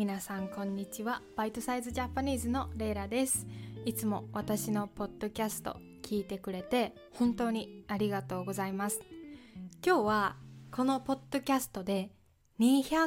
皆さんこんにちは。バイトサイズジャパニーズのレイラです。いつも私のポッドキャスト聞いてくれて本当にありがとうございます。今日はこのポッドキャストで200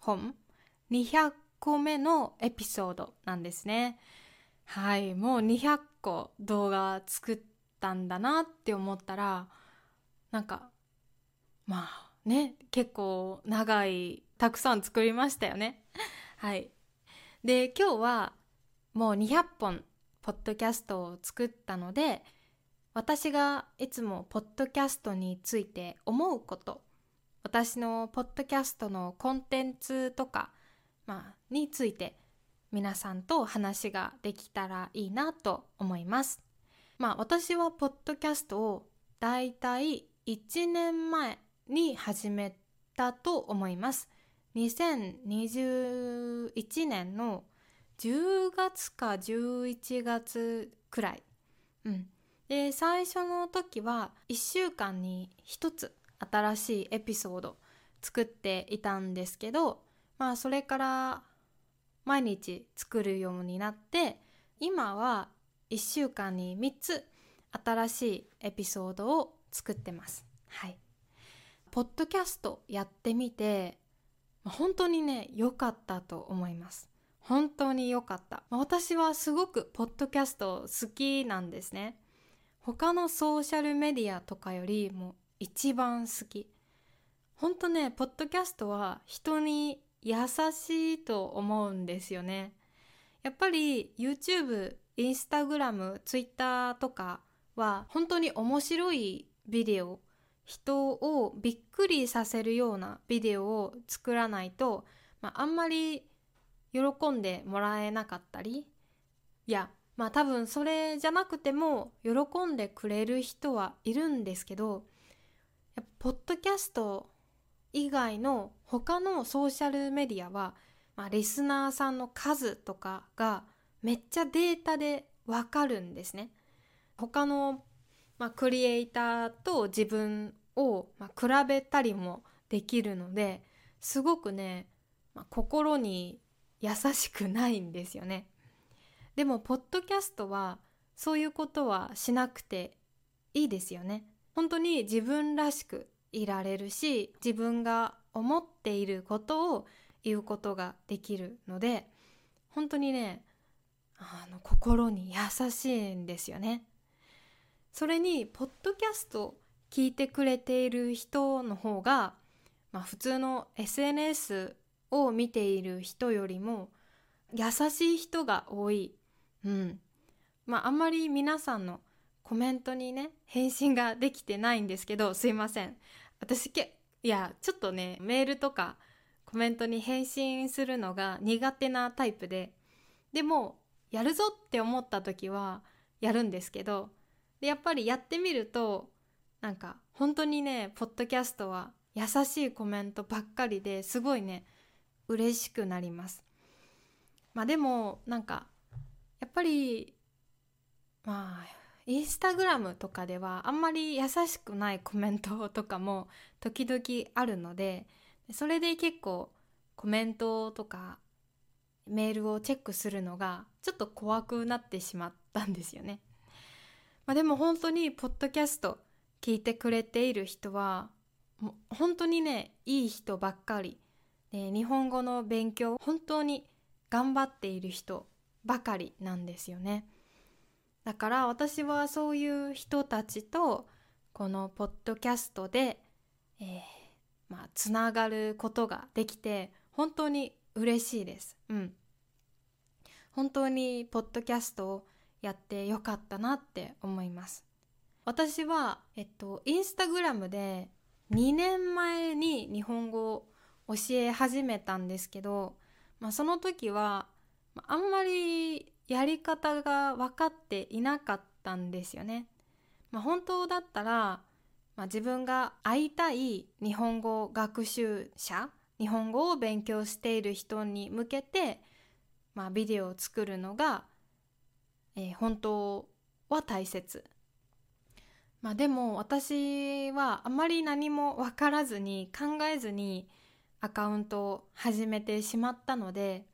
個目のエピソードなんですね。はい、もう200個動画作ったんだなって思ったら、まあね、結構たくさん作りましたよね。はい。で、今日はもう200本ポッドキャストを作ったので、私がいつもポッドキャストについて思うこと、私のポッドキャストのコンテンツとか、について皆さんと話ができたらいいなと思います。私はポッドキャストをだいたい1年前に始めたと思います。2021年の10月か11月くらい。で、最初の時は1週間に1つ新しいエピソード作っていたんですけど、それから毎日作るようになって、今は1週間に3つ新しいエピソードを作ってます。はい。ポッドキャストやってみて、本当にね、良かったと思います。本当に良かった。私はすごくポッドキャスト好きなんですね。他のソーシャルメディアとかよりも一番好き。本当ね、ポッドキャストは人に優しいと思うんですよね。やっぱり YouTube、Instagram、Twitter とかは本当に面白いビデオ、人をびっくりさせるようなビデオを作らないと、あんまり喜んでもらえなかったり、多分それじゃなくても喜んでくれる人はいるんですけど、ポッドキャスト以外の他のソーシャルメディアは、リスナーさんの数とかがめっちゃデータでわかるんですね。他の、クリエイターと自分を、比べたりもできるので、すごくね、心に優しくないんですよね。でもポッドキャストはそういうことはしなくていいですよね。本当に自分らしくいられるし、自分が思っていることを言うことができるので、本当にね、心に優しいんですよね。それにポッドキャスト聞いてくれている人の方が、普通の SNS を見ている人よりも優しい人が多い。あんまり皆さんのコメントにね返信ができてないんですけど、すいません。私ちょっとね、メールとかコメントに返信するのが苦手なタイプで、でもやるぞって思った時はやるんですけど、でやっぱりやってみると本当にね、ポッドキャストは優しいコメントばっかりですごいね嬉しくなります。でもやっぱりインスタグラムとかではあんまり優しくないコメントとかも時々あるので、それで結構コメントとかメールをチェックするのがちょっと怖くなってしまったんですよね。でも本当にポッドキャスト聞いてくれている人はもう本当にね、いい人ばっかりで、日本語の勉強本当に頑張っている人ばかりなんですよね。だから私はそういう人たちとこのポッドキャストで、つながることができて本当に嬉しいです。本当にポッドキャストをやってよかったなって思います。私はインスタグラムで2年前に日本語を教え始めたんですけど、その時はあんまりやり方が分かっていなかったんですよね。本当だったら、自分が会いたい日本語学習者、日本語を勉強している人に向けて、ビデオを作るのが、本当は大切。でも私はあまり何も分からずに考えずにアカウントを始めてしまったので、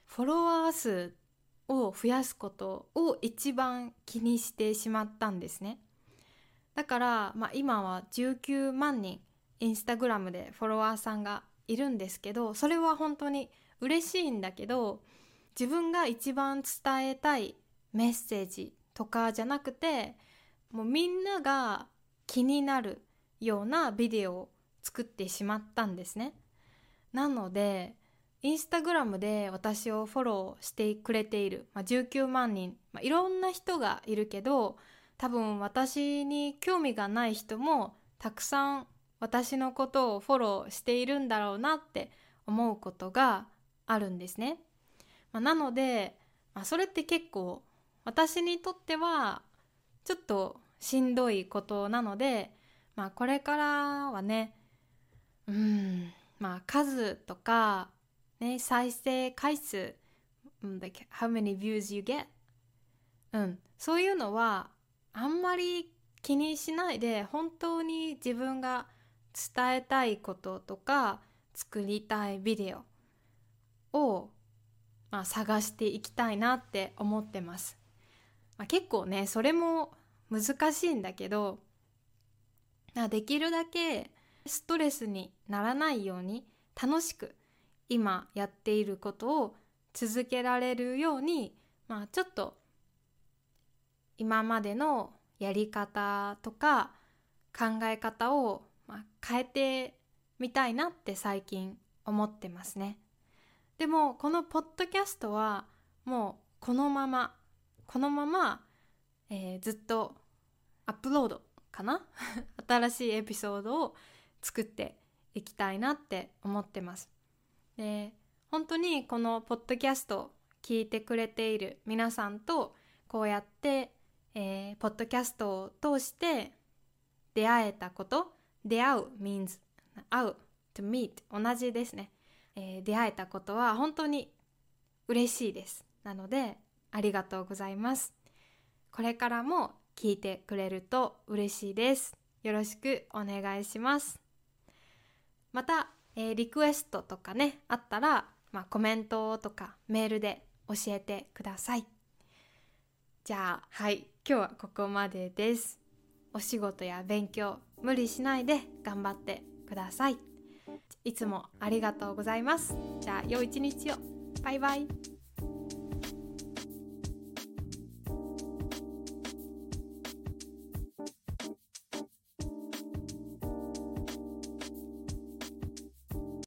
フォロワー数を増やすことを一番気にしてしまったんですね。だから、今は19万人インスタグラムでフォロワーさんがいるんですけど、それは本当に嬉しいんだけど、自分が一番伝えたいメッセージとかじゃなくて、もうみんなが気になるようなビデオを作ってしまったんですね。なのでインスタグラムで私をフォローしてくれている、19万人、いろんな人がいるけど、多分私に興味がない人もたくさん私のことをフォローしているんだろうなって思うことがあるんですね。なので、それって結構私にとってはちょっとしんどいことなので、これからはね、数とか、ね、再生回数、like how many views you get、そういうのはあんまり気にしないで、本当に自分が伝えたいこととか作りたいビデオを、探していきたいなって思ってます。結構ね、それも難しいんだけど、できるだけストレスにならないように楽しく今やっていることを続けられるように、ちょっと今までのやり方とか考え方を変えてみたいなって最近思ってますね。でもこのポッドキャストはもうこのまま、ずっとアップロードかな新しいエピソードを作っていきたいなって思ってます。で、本当にこのポッドキャストを聞いてくれている皆さんとこうやって、ポッドキャストを通して出会えたこと、出会う means 会う to meet 同じですね、出会えたことは本当に嬉しいです。なのでありがとうございます。これからも聞いてくれると嬉しいです。よろしくお願いします。また、リクエストとかねあったら、コメントとかメールで教えてください。じゃあ今日はここまでです。お仕事や勉強無理しないで頑張ってください。いつもありがとうございます。じゃあ良い一日を。バイバイ。